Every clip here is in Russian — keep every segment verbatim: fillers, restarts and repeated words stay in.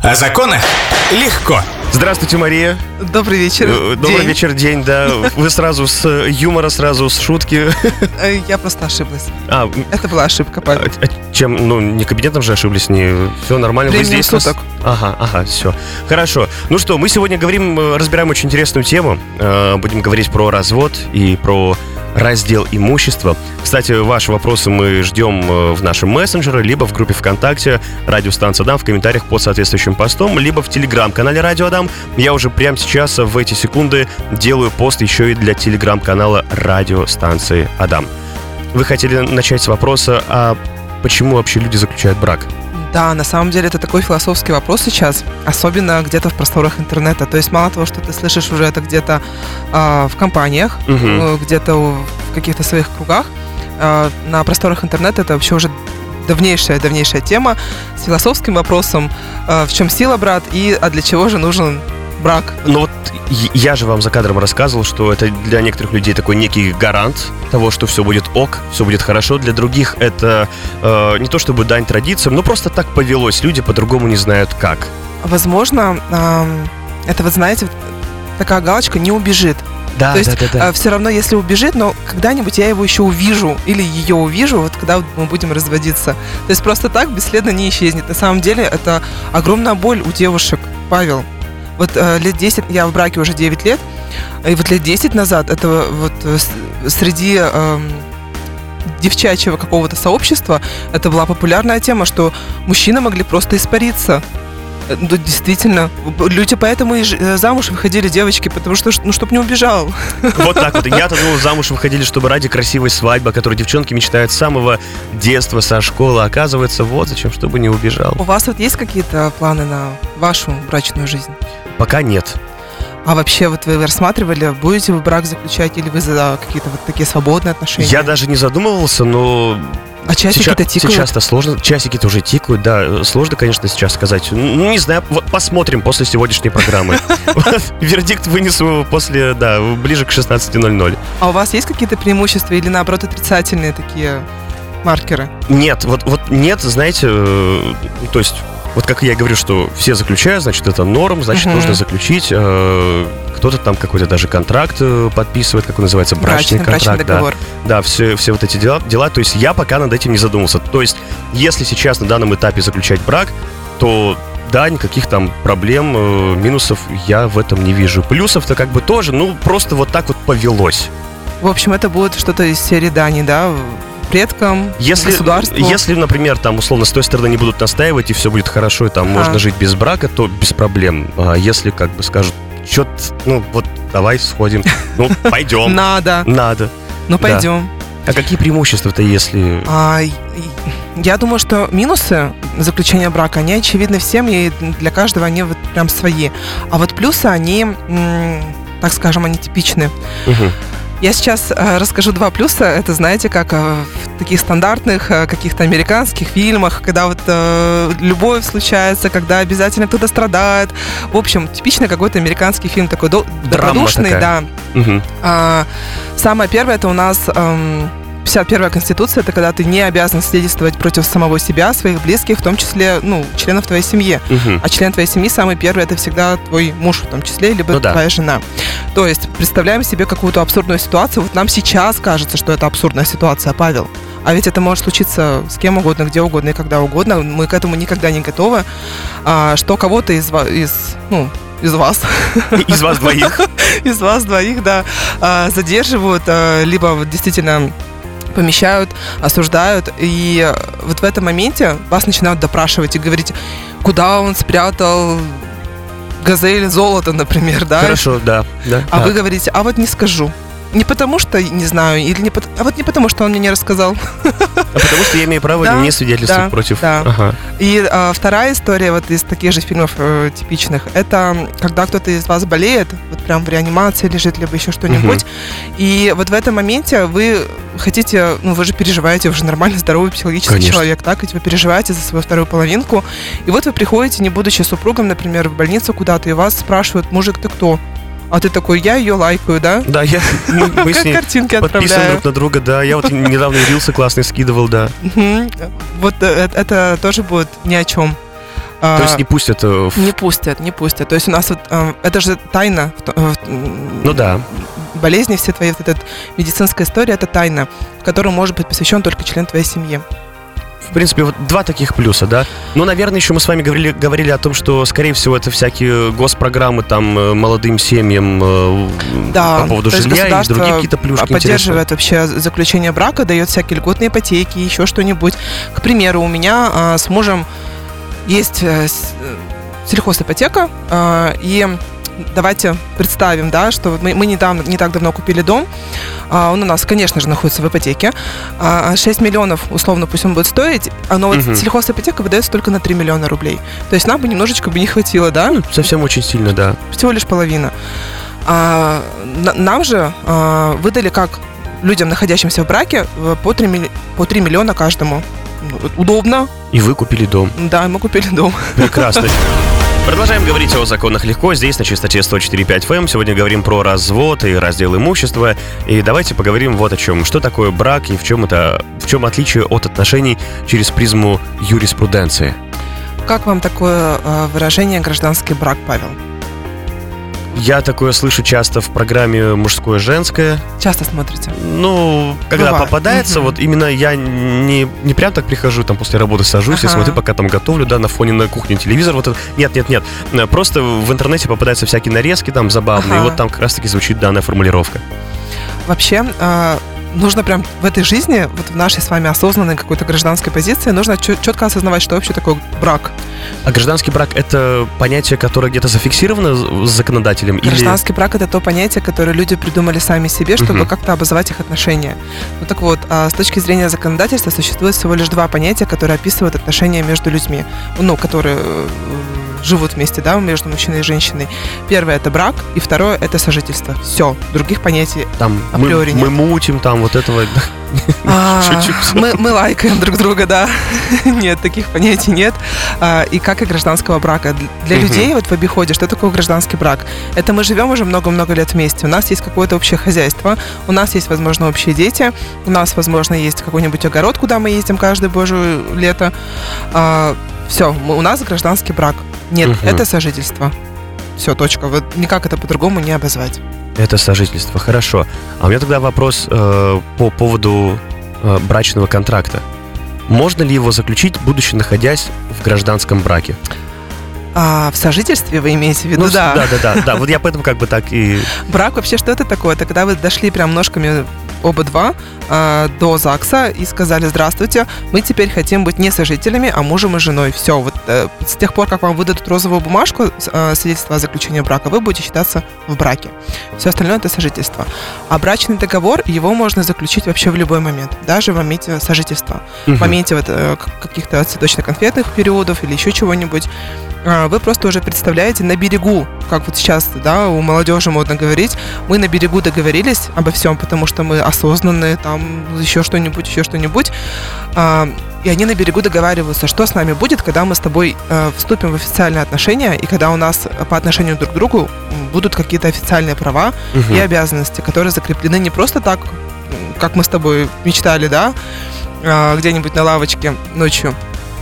О законах легко. Здравствуйте, Мария. Добрый вечер. Добрый день. вечер, день, да. Вы сразу с юмора, сразу с шутки. Я просто ошиблась. А, Это была ошибка, Павел. а, а чем? Ну, не кабинетом же ошиблись, не... Все нормально. Времени Вы здесь нас- суток. Ага, ага, все. Хорошо. Ну что, мы сегодня говорим, э, разбираем очень интересную тему. Э, Будем говорить про развод и про раздел имущества. Кстати, ваши вопросы мы ждем э, в нашем мессенджере, либо в группе ВКонтакте «Радиостанция Адам» в комментариях под соответствующим постом, либо в телеграм-канале «Радио Адам». Я уже прямо сейчас, в эти секунды, делаю пост еще и для телеграм-канала «Радиостанции Адам». Вы хотели начать с вопроса, а почему вообще люди заключают брак? Да, на самом деле это такой философский вопрос сейчас, особенно где-то в просторах интернета. То есть мало того, что ты слышишь уже это где-то э, в компаниях, Мгм. э, где-то в каких-то своих кругах, э, на просторах интернета это вообще уже давнейшая, давнейшая тема с философским вопросом, э, в чем сила, брат, и а для чего же нужен брак. Ну вот и- я же вам за кадром рассказывал, что это для некоторых людей такой некий гарант того, что все будет ок, все будет хорошо. Для других это э, не то чтобы дань традициям, но просто так повелось. Люди по-другому не знают как. Возможно, э, это, вот знаете, вот такая галочка не убежит. Да, То есть все равно, если убежит, но когда-нибудь я его еще увижу или ее увижу, вот когда вот мы будем разводиться. То есть просто так бесследно не исчезнет. На самом деле это огромная боль у девушек, Павел. Вот э, лет десять, я в браке уже девять лет, и вот лет десять назад это вот э, с- среди эм, девчачьего какого-то сообщества это была популярная тема, что мужчины могли просто испариться. Э, ну, действительно, люди поэтому и ж- э, замуж выходили девочки, потому что, ну, чтоб не убежал. Вот так вот. Я-то думал, замуж выходили, чтобы ради красивой свадьбы, о которой девчонки мечтают с самого детства, со школы. Оказывается, вот зачем, чтобы не убежал. У вас вот есть какие-то планы на вашу брачную жизнь? Пока нет. А вообще, вот вы рассматривали, будете вы брак заключать, или вы за какие-то вот такие свободные отношения? Я даже не задумывался, но А часики-то сейчас, тикают. сейчас-то сложно. Часики-то уже тикают, да. Сложно, конечно, сейчас сказать. Ну, не знаю, вот посмотрим после сегодняшней программы. Вот, вердикт вынесу после, да, ближе к шестнадцати ноль-ноль. А у вас есть какие-то преимущества или, наоборот, отрицательные такие маркеры? Нет, вот, вот нет, знаете, э, то есть, вот как я говорю, что все заключают, значит, это норм, значит, Мгм. нужно заключить. э, Кто-то там какой-то даже контракт э, подписывает, как он называется, брачный, Брачный, брачный контракт, да. договор. Да, все, все вот эти дела, дела. То есть я пока над этим не задумался. То есть, если сейчас на данном этапе заключать брак, то да, никаких там проблем, э, минусов я в этом не вижу. Плюсов-то как бы тоже, ну, просто вот так вот повелось. В общем, это будет что-то из серии дани, да? Предкам, Если, государству. если, например, там, условно, с той стороны не будут настаивать, и все будет хорошо, и там Ага. можно жить без брака, то без проблем. А если, как бы, скажут, что ну, вот, давай сходим, ну, пойдем. Надо. Надо. Ну, Да. пойдем. А какие преимущества-то, если... А, и- и- я думаю, что минусы заключения брака, они очевидны всем, и для каждого они вот прям свои. А вот плюсы, они, м, так скажем, они типичны. Мгм. Я сейчас э, расскажу два плюса. Это, знаете, как э, в таких стандартных э, каких-то американских фильмах, когда вот э, любовь случается, когда обязательно кто-то страдает. В общем, типичный какой-то американский фильм такой до- Драма добродушный, такая. да. Мгм. А, самое первое, это у нас эм, пятьдесят первая Конституция, это когда ты не обязан свидетельствовать против самого себя, своих близких, в том числе, ну, членов твоей семьи. Мгм. А член твоей семьи, самый первый, это всегда твой муж в том числе, либо Ну да. твоя жена. То есть представляем себе какую-то абсурдную ситуацию. Вот нам сейчас кажется, что это абсурдная ситуация, Павел. А ведь это может случиться с кем угодно, где угодно и когда угодно. Мы к этому никогда не готовы. А, что кого-то из, ва- из, ну, из вас, Из вас двоих. из вас двоих, да, а, задерживают, а, либо вот действительно помещают, осуждают. И вот в этом моменте вас начинают допрашивать и говорить, куда он спрятал газель золото, например, да? Хорошо, да. да. А Так. вы говорите, а вот не скажу. Не потому что не знаю, или не пот- а вот не потому что он мне не рассказал. А потому что я имею право Да, не свидетельствовать да, против... да. Ага. И а, вторая история вот из таких же фильмов э, типичных, это когда кто-то из вас болеет, вот прям в реанимации лежит, либо еще что-нибудь, и вот в этом моменте вы хотите, ну вы же переживаете, вы же нормально здоровый психологический Конечно. человек, так, ведь вы переживаете за свою вторую половинку, и вот вы приходите, не будучи супругом, например, в больницу куда-то, и вас спрашивают, мужик, ты кто? А ты такой, я ее лайкаю, да? Да, я, мы, мы с Как ней картинки подписываем отправляю. друг на друга, да. Я вот недавно рилсы классные скидывал, да. Мгм. Вот э, это тоже будет ни о чем. То есть не пустят... В... Не пустят, не пустят. То есть у нас вот, это же тайна. Ну да. Болезни, все твои, вот эта медицинская история, это тайна, которой может быть посвящен только член твоей семьи. В принципе, вот два таких плюса, да. Ну, наверное, еще мы с вами говорили, говорили о том, что, скорее всего, это всякие госпрограммы там молодым семьям, да, по поводу жилья и другие какие-то плюшки. Поддерживает вообще заключение брака, дает всякие льготные ипотеки, еще что-нибудь. К примеру, у меня а, с мужем есть сельхозипотека, а, и давайте представим, да, что мы, мы недавно, не так давно купили дом. А, он у нас, конечно же, находится в ипотеке. А, шесть миллионов, условно, пусть он будет стоить, но вот uh-huh. сельхозипотека выдается только на три миллиона рублей. То есть нам бы немножечко бы не хватило, да? Ну, совсем очень сильно, да. Всего лишь половина. А, на, нам же а, выдали, как людям, находящимся в браке, по три, по три миллиона каждому. Удобно. И вы купили дом. Да, мы купили дом. Прекрасно. Продолжаем говорить о законах легко. Здесь на частоте сто четыре и пять эф эм. Сегодня говорим про развод и раздел имущества. И давайте поговорим вот о чем. Что такое брак и в чем это, в чем отличие от отношений через призму юриспруденции? Как вам такое выражение «гражданский брак», Павел? Я такое слышу часто в программе «Мужское-женское». Часто смотрите? Ну, когда Бывает. попадается, угу. вот именно я не, не прям так прихожу, там после работы сажусь ага. и смотрю, пока там готовлю, да, на фоне на кухне телевизор. Вот это. Нет, нет, нет. Просто в интернете попадаются всякие нарезки там забавные, ага. и вот там как раз-таки звучит данная формулировка. Вообще... Э- Нужно прям в этой жизни, вот в нашей с вами осознанной какой-то гражданской позиции, нужно четко осознавать, что вообще такое брак. А гражданский брак – это понятие, которое где-то зафиксировано с законодателем? Гражданский или... брак – это то понятие, которое люди придумали сами себе, чтобы uh-huh. как-то обозывать их отношения. Ну так вот, а с точки зрения законодательства существует всего лишь два понятия, которые описывают отношения между людьми, ну, которые живут вместе, да, между мужчиной и женщиной. Первое – это брак, и второе – это сожительство. Все, других понятий там априори мы, нет. Мы мутим там вот этого... А, мы, мы лайкаем друг друга, да. Нет, таких понятий нет. А, и как и гражданского брака. Для uh-huh. людей вот в обиходе, что такое гражданский брак? Это мы живем уже много-много лет вместе. У нас есть какое-то общее хозяйство, у нас есть, возможно, общие дети, у нас, возможно, есть какой-нибудь огород, куда мы ездим каждое божье лето. А, все, мы, у нас гражданский брак. Нет, uh-huh. это сожительство. Все, точка. Вот никак это по-другому не обозвать. Это сожительство, хорошо. А у меня тогда вопрос э, по поводу э, брачного контракта. Можно ли его заключить, будучи находясь в гражданском браке? А в сожительстве вы имеете в виду? Ну, да. Да, да, да, да. Вот я поэтому как бы так и... Брак вообще что это такое? Это когда вы дошли прям ножками оба два э, до ЗАГСа и сказали: здравствуйте, мы теперь хотим быть не сожителями, а мужем и женой. Все, вот э, с тех пор, как вам выдадут розовую бумажку, э, свидетельство о заключении брака, вы будете считаться в браке. Все остальное это сожительство. А брачный договор, его можно заключить вообще в любой момент, даже в моменте сожительства. Угу. В моменте вот, э, каких-то цветочно-конфетных периодов или еще чего-нибудь. Вы просто уже представляете на берегу, как вот сейчас, да, у молодежи модно говорить, мы на берегу договорились обо всем, потому что мы осознанные, там, еще что-нибудь, еще что-нибудь, и они на берегу договариваются, что с нами будет, когда мы с тобой вступим в официальные отношения, и когда у нас по отношению друг к другу будут какие-то официальные права угу. и обязанности, которые закреплены не просто так, как мы с тобой мечтали, да, где-нибудь на лавочке ночью,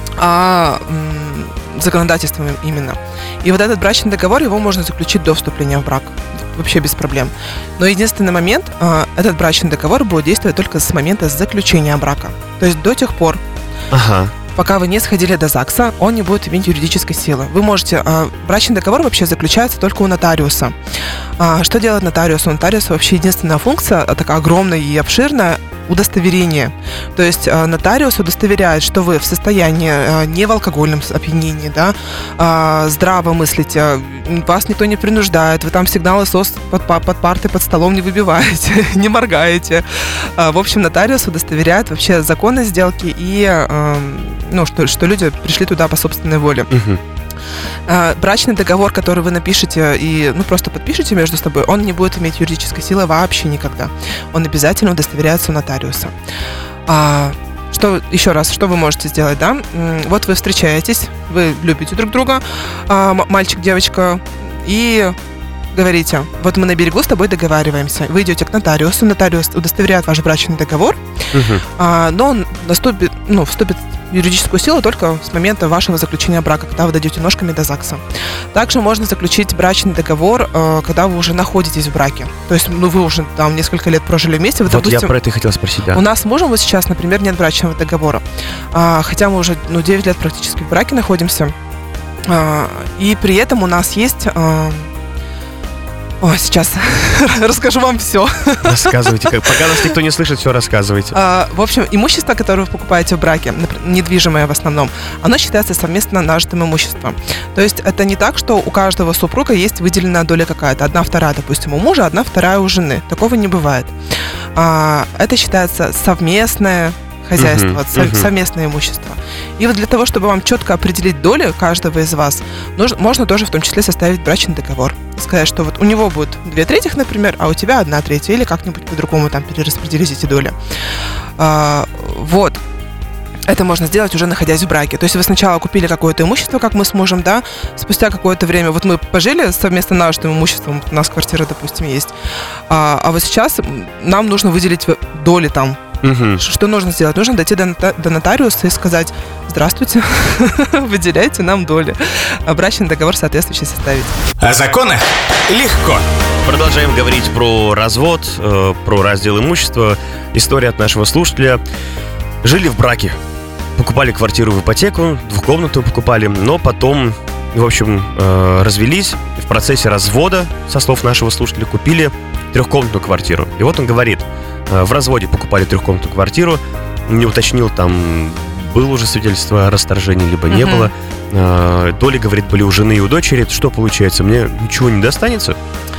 а законодательством именно. И вот этот брачный договор, его можно заключить до вступления в брак. Вообще без проблем. Но единственный момент, этот брачный договор будет действовать только с момента заключения брака. То есть до тех пор, ага. пока вы не сходили до ЗАГСа, он не будет иметь юридической силы. Вы можете... Брачный договор вообще заключается только у нотариуса. Что делает нотариус? У нотариуса вообще единственная функция, такая огромная и обширная, удостоверение. То есть э, нотариус удостоверяет, что вы в состоянии э, не в алкогольном опьянении, да, э, здраво мыслите, вас никто не принуждает, вы там сигналы СОС под, под партой, под столом не выбиваете, не моргаете. Э, в общем, нотариус удостоверяет вообще законность сделки и э, ну, что, что люди пришли туда по собственной воле. Uh-huh. Брачный договор, который вы напишете и ну, просто подпишете между собой, он не будет иметь юридической силы вообще никогда. Он обязательно удостоверяется у нотариуса. А, что, еще раз, что вы можете сделать, да? Вот вы встречаетесь, вы любите друг друга, а, мальчик, девочка, и говорите: вот мы на берегу с тобой договариваемся. Вы идете к нотариусу, нотариус удостоверяет ваш брачный договор, uh-huh. а, но он наступит, ну, вступит юридическую силу только с момента вашего заключения брака, когда вы дойдете ножками до ЗАГСа. Также можно заключить брачный договор, э, когда вы уже находитесь в браке. То есть, ну, вы уже там несколько лет прожили вместе. Вы, вот допустим, я про это и хотел спросить, да. У нас с мужем вот сейчас, например, нет брачного договора. А, хотя мы уже ну, девять лет практически в браке находимся. А, и при этом у нас есть... А, О, сейчас расскажу вам все. Рассказывайте. Как, пока нас никто не слышит, все рассказывайте. А, в общем, имущество, которое вы покупаете в браке, недвижимое в основном, оно считается совместно нажитым имуществом. То есть это не так, что у каждого супруга есть выделенная доля какая-то. Одна вторая, допустим, у мужа, одна вторая у жены. Такого не бывает. А, это считается совместное хозяйство, uh-huh, uh-huh. совместное имущество. И вот для того, чтобы вам четко определить доли каждого из вас, нужно, можно тоже в том числе составить брачный договор. Сказать, что вот у него будет две трети, например, а у тебя одна третья, или как-нибудь по-другому там перераспределить эти доли. А, вот. Это можно сделать уже находясь в браке. То есть вы сначала купили какое-то имущество, как мы с мужем, да, спустя какое-то время, вот мы пожили совместно нажитым имуществом, у нас квартира, допустим, есть, а, а вот сейчас нам нужно выделить доли там. Угу. Что нужно сделать? Нужно дойти до, нота- до нотариуса и сказать: здравствуйте, выделяйте нам доли. А брачный договор соответствующий составить. О законах легко. Продолжаем говорить про развод, э, про раздел имущества. История от нашего слушателя. Жили в браке, покупали квартиру в ипотеку, двухкомнатную покупали, но потом, в общем, э, развелись. В процессе развода, со слов нашего слушателя, купили трехкомнатную квартиру. И вот он говорит: в разводе покупали трехкомнатную квартиру, не уточнил, там было уже свидетельство о расторжении, либо не uh-huh. было. Э, доли, говорит, были у жены и у дочери. Что получается? Мне ничего не достанется?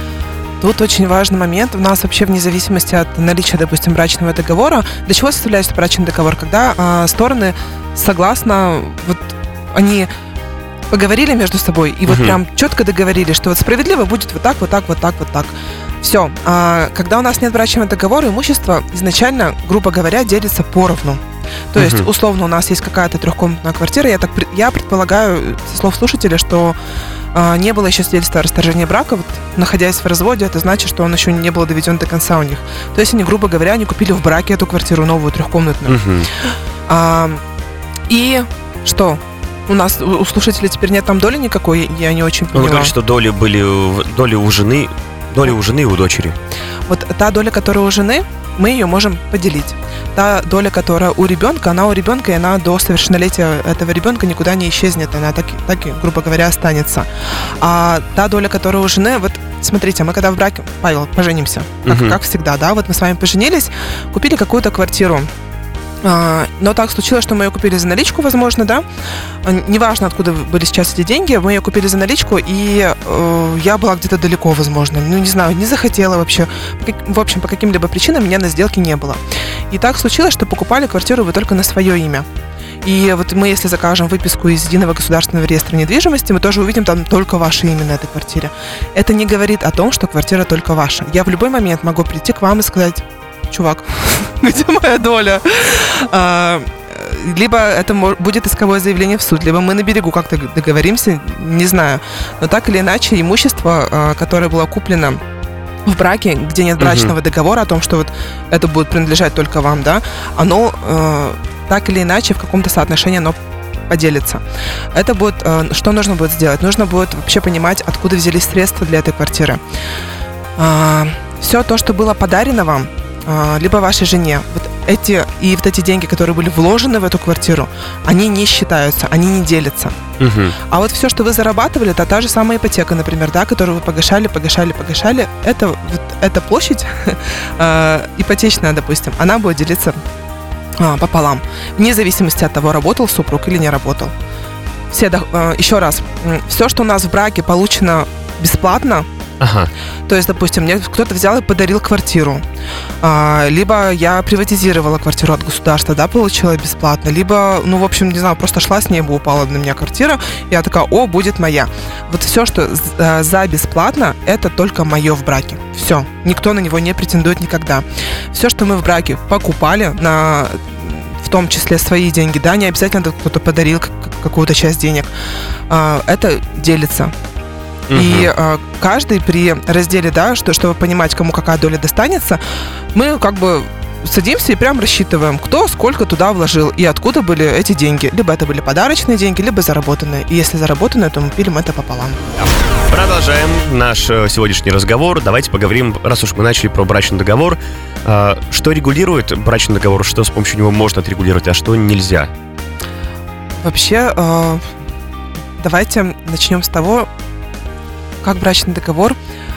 Тут очень важный момент. У нас вообще вне зависимости от наличия, допустим, брачного договора. Для чего составляется брачный договор? Когда э, стороны согласно, вот они поговорили между собой и вот uh-huh. прям четко договорились, что вот справедливо будет вот так, вот так, вот так, вот так. Все. А когда у нас нет брачного договора, имущество изначально, грубо говоря, делится поровну. То uh-huh. есть, условно, у нас есть какая-то трехкомнатная квартира. Я, так, я предполагаю, со слов слушателя, что а, не было еще свидетельства о расторжении брака. Вот, находясь в разводе, это значит, что он еще не был доведен до конца у них. То есть они, грубо говоря, они купили в браке эту квартиру, новую трехкомнатную. Uh-huh. А, и что? У нас у слушателей теперь нет там доли никакой, я не очень поняла. Он говорит, что доли были доли у жены, доли у жены и у дочери. Вот та доля, которая у жены, мы ее можем поделить. Та доля, которая у ребенка, она у ребенка, и она до совершеннолетия этого ребенка никуда не исчезнет, она так, так и, грубо говоря, останется. А та доля, которая у жены, вот смотрите, мы когда в браке, Павел, поженимся, как, угу. как всегда, да, вот мы с вами поженились, купили какую-то квартиру. Но так случилось, что мы ее купили за наличку, возможно, да. Неважно, откуда были сейчас эти деньги, мы ее купили за наличку, и э, я была где-то далеко, возможно. Ну, не знаю, не захотела вообще. В общем, по каким-либо причинам меня на сделке не было. И так случилось, что покупали квартиру вы только на свое имя. И вот мы, если закажем выписку из Единого государственного реестра недвижимости, мы тоже увидим там только ваше имя на этой квартире. Это не говорит о том, что квартира только ваша. Я в любой момент могу прийти к вам и сказать: чувак, где моя доля? А, либо это будет исковое заявление в суд, либо мы на берегу как-то договоримся, не знаю. Но так или иначе, имущество, которое было куплено в браке, где нет брачного uh-huh. договора о том, что вот это будет принадлежать только вам, да, оно э, так или иначе в каком-то соотношении оно поделится. Это будет, э, что нужно будет сделать? Нужно будет вообще понимать, откуда взялись средства для этой квартиры. Э, все то, что было подарено вам, либо вашей жене, вот эти и вот эти деньги, которые были вложены в эту квартиру, они не считаются, они не делятся. Uh-huh. А вот все, что вы зарабатывали, это та же самая ипотека, например, да, которую вы погашали, погашали, погашали, это вот эта площадь э, ипотечная, допустим, она будет делиться э, пополам, вне зависимости от того, работал супруг или не работал. Все, э, еще раз, все, что у нас в браке получено бесплатно. Ага. То есть, допустим, мне кто-то взял и подарил квартиру, а, либо я приватизировала квартиру от государства, да, получила бесплатно, либо, ну, в общем, не знаю, просто шла с неба, упала на меня квартира, и я такая: о, будет моя. Вот все, что за бесплатно, это только мое в браке. Все. Никто на него не претендует никогда. Все, что мы в браке покупали, на, в том числе свои деньги, да, не обязательно кто-то подарил какую-то часть денег, а, это делится. И э, каждый при разделе, да, что, чтобы понимать, кому какая доля достанется, мы как бы садимся и прям рассчитываем, кто сколько туда вложил и откуда были эти деньги. Либо это были подарочные деньги, либо заработанные. И если заработанные, то мы пилим это пополам. Продолжаем наш сегодняшний разговор. Давайте поговорим, раз уж мы начали про брачный договор. Что регулирует брачный договор, что с помощью него можно отрегулировать, а что нельзя? Вообще, давайте начнем с того, как брачный договор,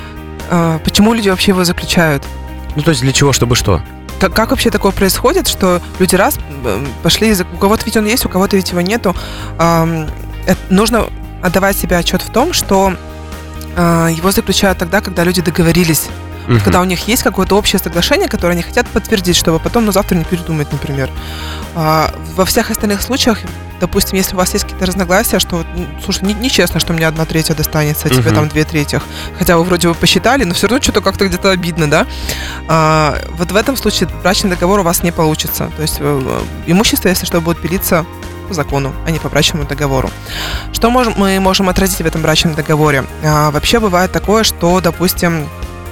почему люди вообще его заключают. Ну, то есть для чего, чтобы что? Как, как вообще такое происходит, что люди раз пошли, у кого-то ведь он есть, у кого-то ведь его нету. Э, нужно отдавать себе отчет в том, что э, его заключают тогда, когда люди договорились. Uh-huh. Когда у них есть какое-то общее соглашение, которое они хотят подтвердить, чтобы потом, ну, завтра не передумать, например. А, во всех остальных случаях, допустим, если у вас есть какие-то разногласия, что, слушай, не, нечестно, что мне одна третья достанется, а тебе uh-huh. там две третьих, хотя вы вроде бы посчитали, но все равно что-то как-то где-то обидно, да? А, вот в этом случае брачный договор у вас не получится. То есть имущество, если что, будет пилиться по закону, а не по брачному договору. Что можем, мы можем отразить в этом брачном договоре? А, вообще бывает такое, что, допустим,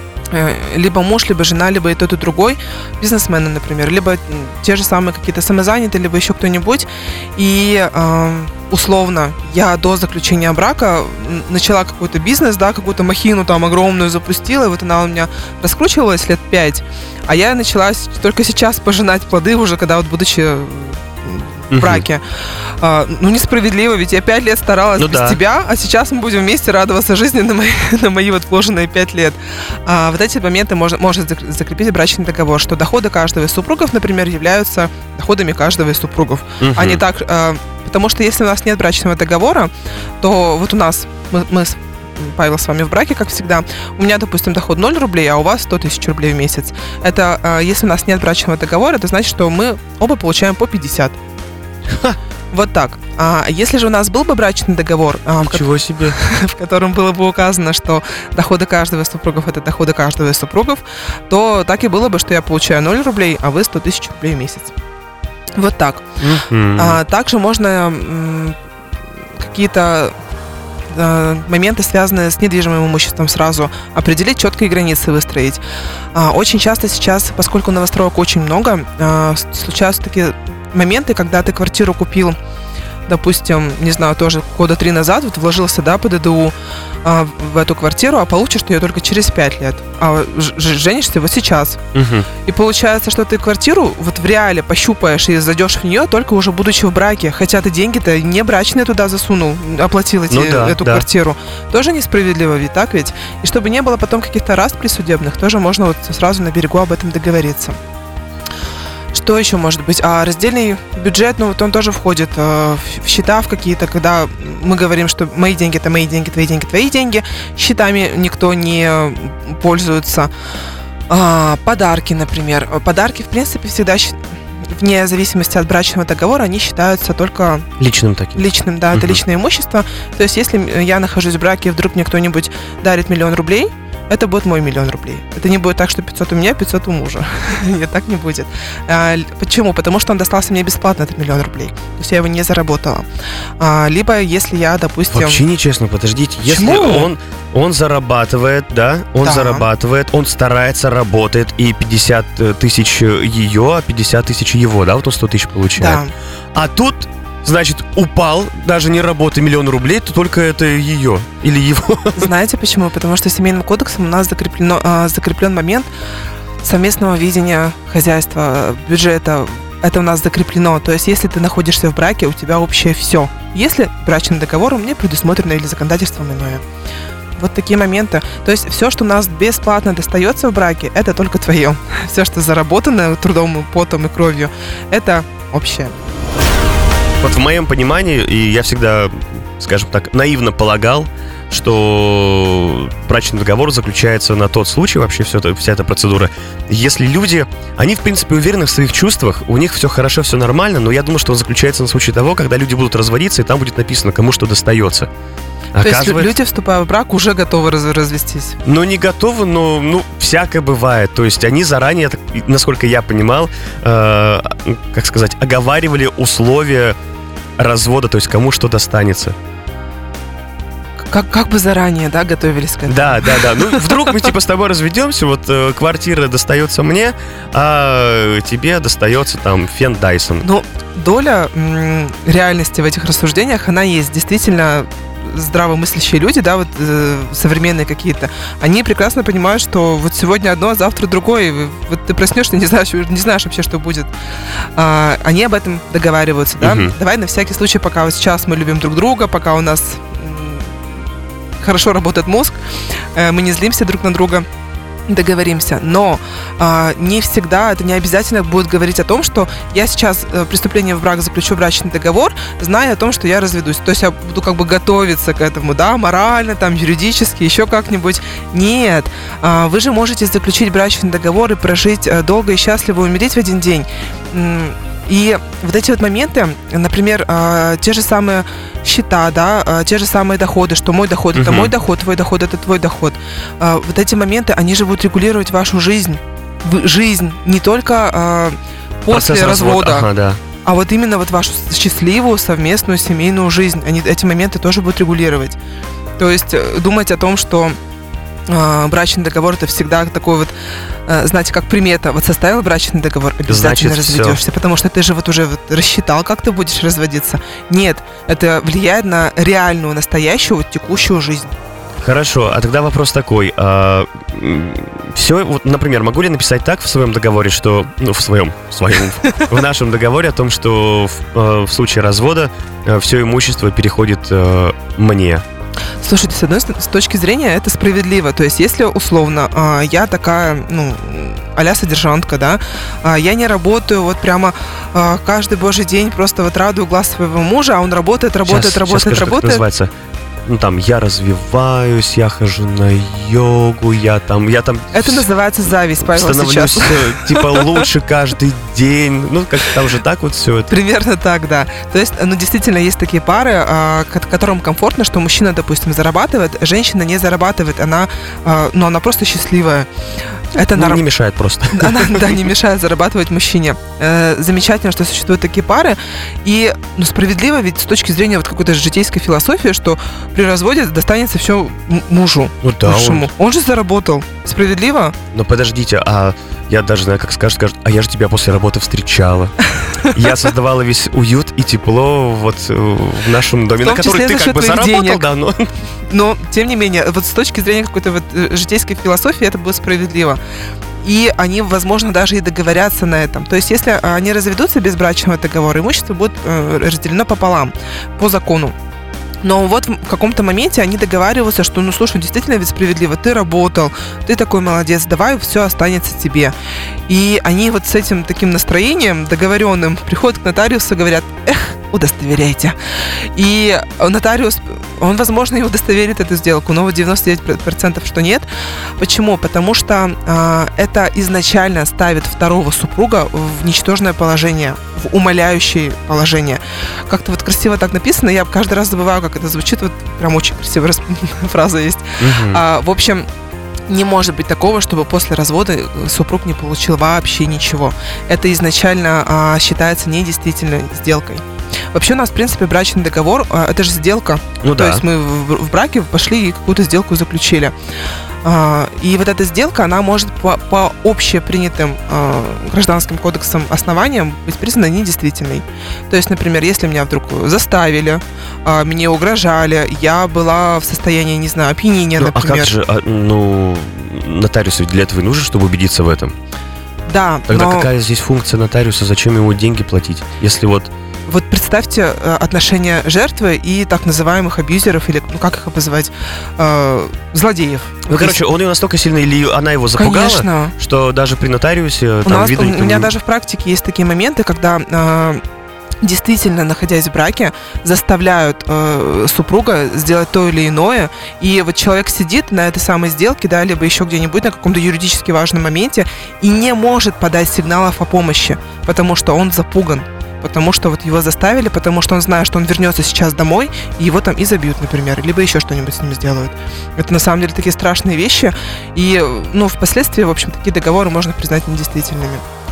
либо муж, либо жена, либо и тот, и другой, бизнесмены, например, либо те же самые какие-то самозанятые, либо еще кто-нибудь. И э, условно я до заключения брака начала какой-то бизнес, да, какую-то махину там огромную запустила, и вот она у меня раскручивалась лет пять, а я начала только сейчас пожинать плоды уже, когда вот будучи в браке. Uh-huh. А, ну, несправедливо, ведь я пять лет старалась ну, без да. тебя, а сейчас мы будем вместе радоваться жизни на мои, на мои вот вложенные пять лет. А, вот эти моменты можно, может закрепить брачный договор, что доходы каждого из супругов, например, являются доходами каждого из супругов. Uh-huh. А не так, а, потому что если у нас нет брачного договора, то вот у нас, мы, мы Павел, с вами в браке, как всегда. У меня, допустим, доход ноль рублей, а у вас сто тысяч рублей в месяц. Это, если у нас нет брачного договора, это значит, что мы оба получаем по пятьдесят. Ха. Вот так. А если же у нас был бы брачный договор, Ничего в, себе. в котором было бы указано, что доходы каждого из супругов это доходы каждого из супругов, то так и было бы, что я получаю ноль рублей, а вы сто тысяч рублей в месяц. Вот так. Mm-hmm. А, также можно м, какие-то э, моменты, связанные с недвижимым имуществом, сразу определить, четкие границы выстроить. А, очень часто сейчас, поскольку новостроек очень много, э, случаются такие моменты, когда ты квартиру купил, допустим, не знаю, тоже года три назад, вот вложился, да, по ДДУ а, в эту квартиру, а получишь ты ее только через пять лет, а ж- женишься вот сейчас. Угу. И получается, что ты квартиру вот в реале пощупаешь и зайдешь в нее только уже будучи в браке, хотя ты деньги-то не брачные туда засунул, оплатил эти, ну да, эту да. квартиру. Тоже несправедливо ведь, так ведь? И чтобы не было потом каких-то распри судебных, тоже можно вот сразу на берегу об этом договориться. Что еще может быть? А раздельный бюджет, ну вот он тоже входит э, в счета в какие-то, когда мы говорим, что мои деньги это мои деньги, твои деньги, твои деньги. Счетами никто не пользуется. А, подарки, например. Подарки, в принципе, всегда, вне зависимости от брачного договора, они считаются только личным таким. Личным, да, uh-huh. это личное имущество. То есть, если я нахожусь в браке, и вдруг мне кто-нибудь дарит миллион рублей, это будет мой миллион рублей. Это не будет так, что пятьсот у меня, пятьсот у мужа. Нет, так не будет. А, почему? Потому что он достался мне бесплатно, этот миллион рублей. То есть я его не заработала. А, либо если я, допустим... Вообще нечестно, подождите. Почему? Если он, он зарабатывает, да, он да. зарабатывает, он старается, работает, и пятьдесят тысяч ее, а пятьдесят тысяч его, да, вот он сто тысяч получает. Да. А тут... Значит, упал, даже не работа миллион рублей, то только это ее или его. Знаете почему? Потому что семейным кодексом у нас закреплено, э, закреплен момент совместного видения хозяйства, бюджета. Это у нас закреплено. То есть, если ты находишься в браке, у тебя общее все. Если брачным договором не предусмотрено или законодательством иное. Вот такие моменты. То есть, все, что у нас бесплатно достается в браке, это только твое. Все, что заработано трудом, потом и кровью, это общее. Вот в моем понимании, и я всегда, скажем так, наивно полагал, что брачный договор заключается на тот случай, вообще все это, вся эта процедура, если люди, они в принципе уверены в своих чувствах, у них все хорошо, все нормально, но я думаю, что он заключается на случай того, когда люди будут разводиться, и там будет написано, кому что достается. То есть люди, вступая в брак, уже готовы раз- развестись? Ну, не готовы, но ну, всякое бывает. То есть они заранее, насколько я понимал, э, как сказать, оговаривали условия развода, то есть кому что достанется. как, как бы заранее, да, готовились к этому. Да, да, да. Ну, вдруг мы типа с тобой разведемся, вот э, квартира достается мне, а тебе достается там фен Dyson. Ну, доля м, реальности в этих рассуждениях, она есть. Действительно, здравомыслящие люди, да, вот э, современные какие-то, они прекрасно понимают, что вот сегодня одно, а завтра другое. Вот ты проснешься, не знаешь, не знаешь вообще, что будет. А, они об этом договариваются, да. Мгм. Давай на всякий случай, пока вот сейчас мы любим друг друга, пока у нас м, хорошо работает мозг, э, мы не злимся друг на друга, договоримся. Но а, не всегда, это не обязательно будет говорить о том, что я сейчас э, при вступлении в брак заключу брачный договор, зная о том, что я разведусь. То есть я буду как бы готовиться к этому, да, морально, там, юридически, еще как-нибудь. Нет. А, вы же можете заключить брачный договор и прожить э, долго и счастливо, умереть в один день. М, И вот эти вот моменты, например, э, те же самые счета, да, э, те же самые доходы, что мой доход это Мгм. мой доход, твой доход это твой доход. Э, вот эти моменты, они же будут регулировать вашу жизнь. В- жизнь не только э, после Процесс развода, Ага, да. а вот именно вот вашу счастливую совместную семейную жизнь. Они, эти моменты тоже будут регулировать. То есть э, думать о том, что э, брачный договор это всегда такой вот, э, знаете, как примета. Вот составил брачный договор, обязательно Значит, всё. разведешься, потому что ты же вот уже вот рассчитал, как ты будешь разводиться. Нет, это влияет на реальную, настоящую, вот текущую жизнь. Хорошо, а тогда вопрос такой. Все, вот, например, могу ли написать так в своем договоре, что, ну, в своем, в своем, в нашем договоре о том, что в, э, в случае развода все имущество переходит э, мне? Слушайте, с одной стороны, с точки зрения, это справедливо. То есть, если условно а, я такая, ну, а-ля содержанка, да, а, я не работаю вот прямо а, каждый божий день, просто вот радую глаз своего мужа, а он работает, работает, Щас- щас работает, скажу, как это работает. называется. Ну, там, я развиваюсь, я хожу на йогу, я там, я там Это называется зависть, Павел, становлюсь, сейчас. э, типа, лучше каждый день. Ну, как там же так вот все это. Примерно так, да. То есть, ну, действительно, есть такие пары, а, ко- которым комфортно, что мужчина, допустим, зарабатывает, женщина не зарабатывает, она, а, ну, она просто счастливая. Это Ну, норм- не мешает просто. Она, да, не мешает зарабатывать мужчине. Э, замечательно, что существуют такие пары. И, ну, справедливо, ведь с точки зрения вот какой-то житейской философии, что при разводе достанется все мужу, Ну да, бывшему. он- Он... же заработал. Справедливо? Но подождите, а я даже знаю, как скажут, скажут, а я же тебя после работы встречала. Я создавала весь уют и тепло вот э, в нашем доме, В на том числе который ты за как счет бы твоих заработал, денег. да, но... Но, тем не менее, вот с точки зрения какой-то вот э, житейской философии это будет справедливо. И они, возможно, даже и договорятся на этом. То есть, если а, они разведутся без брачного договора, имущество будет э, разделено пополам, по закону. Но вот в каком-то моменте они договариваются, что, ну, слушай, действительно ведь справедливо, ты работал, ты такой молодец, давай все останется тебе. И они вот с этим таким настроением договоренным приходят к нотариусу и говорят, эх, удостоверяйте. И нотариус, он, возможно, и удостоверит эту сделку, но вот девяносто девять процентов что нет. Почему? Потому что а, это изначально ставит второго супруга в ничтожное положение, в умаляющее положение. Как-то вот красиво так написано, я каждый раз забываю, как это звучит, вот прям очень красивая фраза есть. Мгм. А, в общем, не может быть такого, чтобы после развода супруг не получил вообще ничего. Это изначально а, считается недействительной сделкой. Вообще у нас, в принципе, брачный договор, а, это же сделка. Ну То да. есть мы в, в браке пошли и какую-то сделку заключили. А, и вот эта сделка, она может по, по общепринятым а, гражданским кодексам основаниям быть признана недействительной. То есть, например, если меня вдруг заставили, а, мне угрожали, я была в состоянии, не знаю, опьянения, Ну, а например. как же, а, ну, нотариус ведь для этого и нужен, чтобы убедиться в этом. Да, Тогда но какая здесь функция нотариуса, зачем ему деньги платить? Если вот, вот представьте э, отношения жертвы и так называемых абьюзеров, или, ну, как их обозвать, э, злодеев. ну, короче, он ее настолько сильно, или она его запугала, Конечно. что даже при нотариусе У, там нас, видно... у никто меня не- даже в практике есть такие моменты, когда э, действительно, находясь в браке, заставляют э, супруга сделать то или иное, и вот человек сидит на этой самой сделке, да, либо еще где-нибудь на каком-то юридически важном моменте и не может подать сигналов о помощи, потому что он запуган. Потому что вот его заставили, потому что он знает, что он вернется сейчас домой, и его там и забьют, например, либо еще что-нибудь с ним сделают. Это на самом деле такие страшные вещи, и, ну, впоследствии, в общем, такие договоры можно признать недействительными.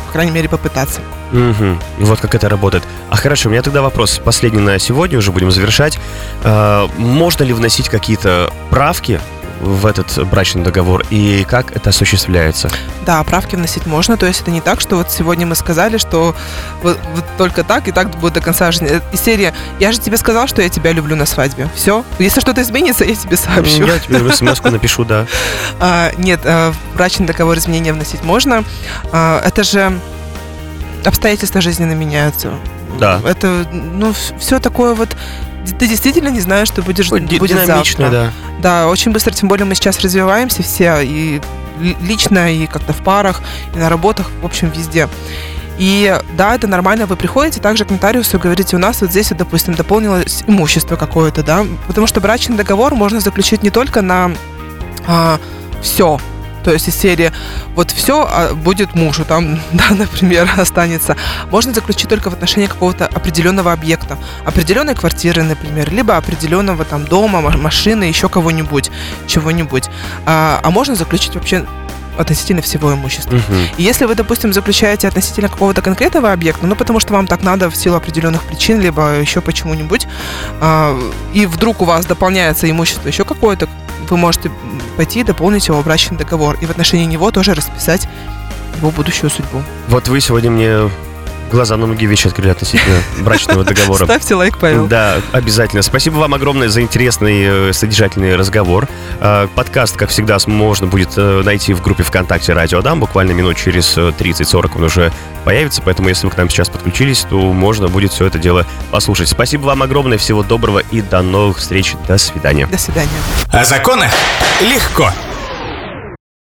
по крайней мере, попытаться. Угу. Вот как это работает. А хорошо, у меня тогда вопрос последний на сегодня, уже будем завершать. А, можно ли вносить какие-то правки в этот брачный договор, и как это осуществляется? Да, правки вносить можно, то есть это не так, что вот сегодня мы сказали, что вот, вот только так, и так будет до конца жизни. Из серии «Я же тебе сказал, что я тебя люблю на свадьбе». Все, если что-то изменится, я тебе сообщу. Я тебе смс-ку напишу, да. А, нет, в брачный договор изменения вносить можно. А, это же обстоятельства жизненно меняются. Да. Это, ну, все такое вот... Ты действительно не знаешь, что будешь, Ой, будет динамично, завтра. да. Да, очень быстро, тем более мы сейчас развиваемся все, и лично, и как-то в парах, и на работах, в общем, везде. И да, это нормально, вы приходите также к нотариусу и говорите, у нас вот здесь, вот, допустим, дополнилось имущество какое-то, да, потому что брачный договор можно заключить не только на а, все. То есть из серии вот все а будет мужу, там, да, например, останется. Можно заключить только в отношении какого-то определенного объекта, определенной квартиры, например, либо определенного там дома, машины, еще кого-нибудь, чего-нибудь. А, а можно заключить вообще относительно всего имущества. Uh-huh. И если вы, допустим, заключаете относительно какого-то конкретного объекта, ну, потому что вам так надо в силу определенных причин, либо еще почему-нибудь, а, и вдруг у вас дополняется имущество еще какое-то, вы можете пойти и дополнить его брачный договор, и в отношении него тоже расписать его будущую судьбу. Вот вы сегодня мне глаза на многие вещи открыли относительно брачного договора. Ставьте лайк, Павел. Да, обязательно. Спасибо вам огромное за интересный, содержательный разговор. Подкаст, как всегда, можно будет найти в группе ВКонтакте «Радио Адам». Буквально минут через тридцать-сорок он уже появится, поэтому если вы к нам сейчас подключились, то можно будет все это дело послушать. Спасибо вам огромное, всего доброго и до новых встреч. До свидания. До свидания. О законах легко.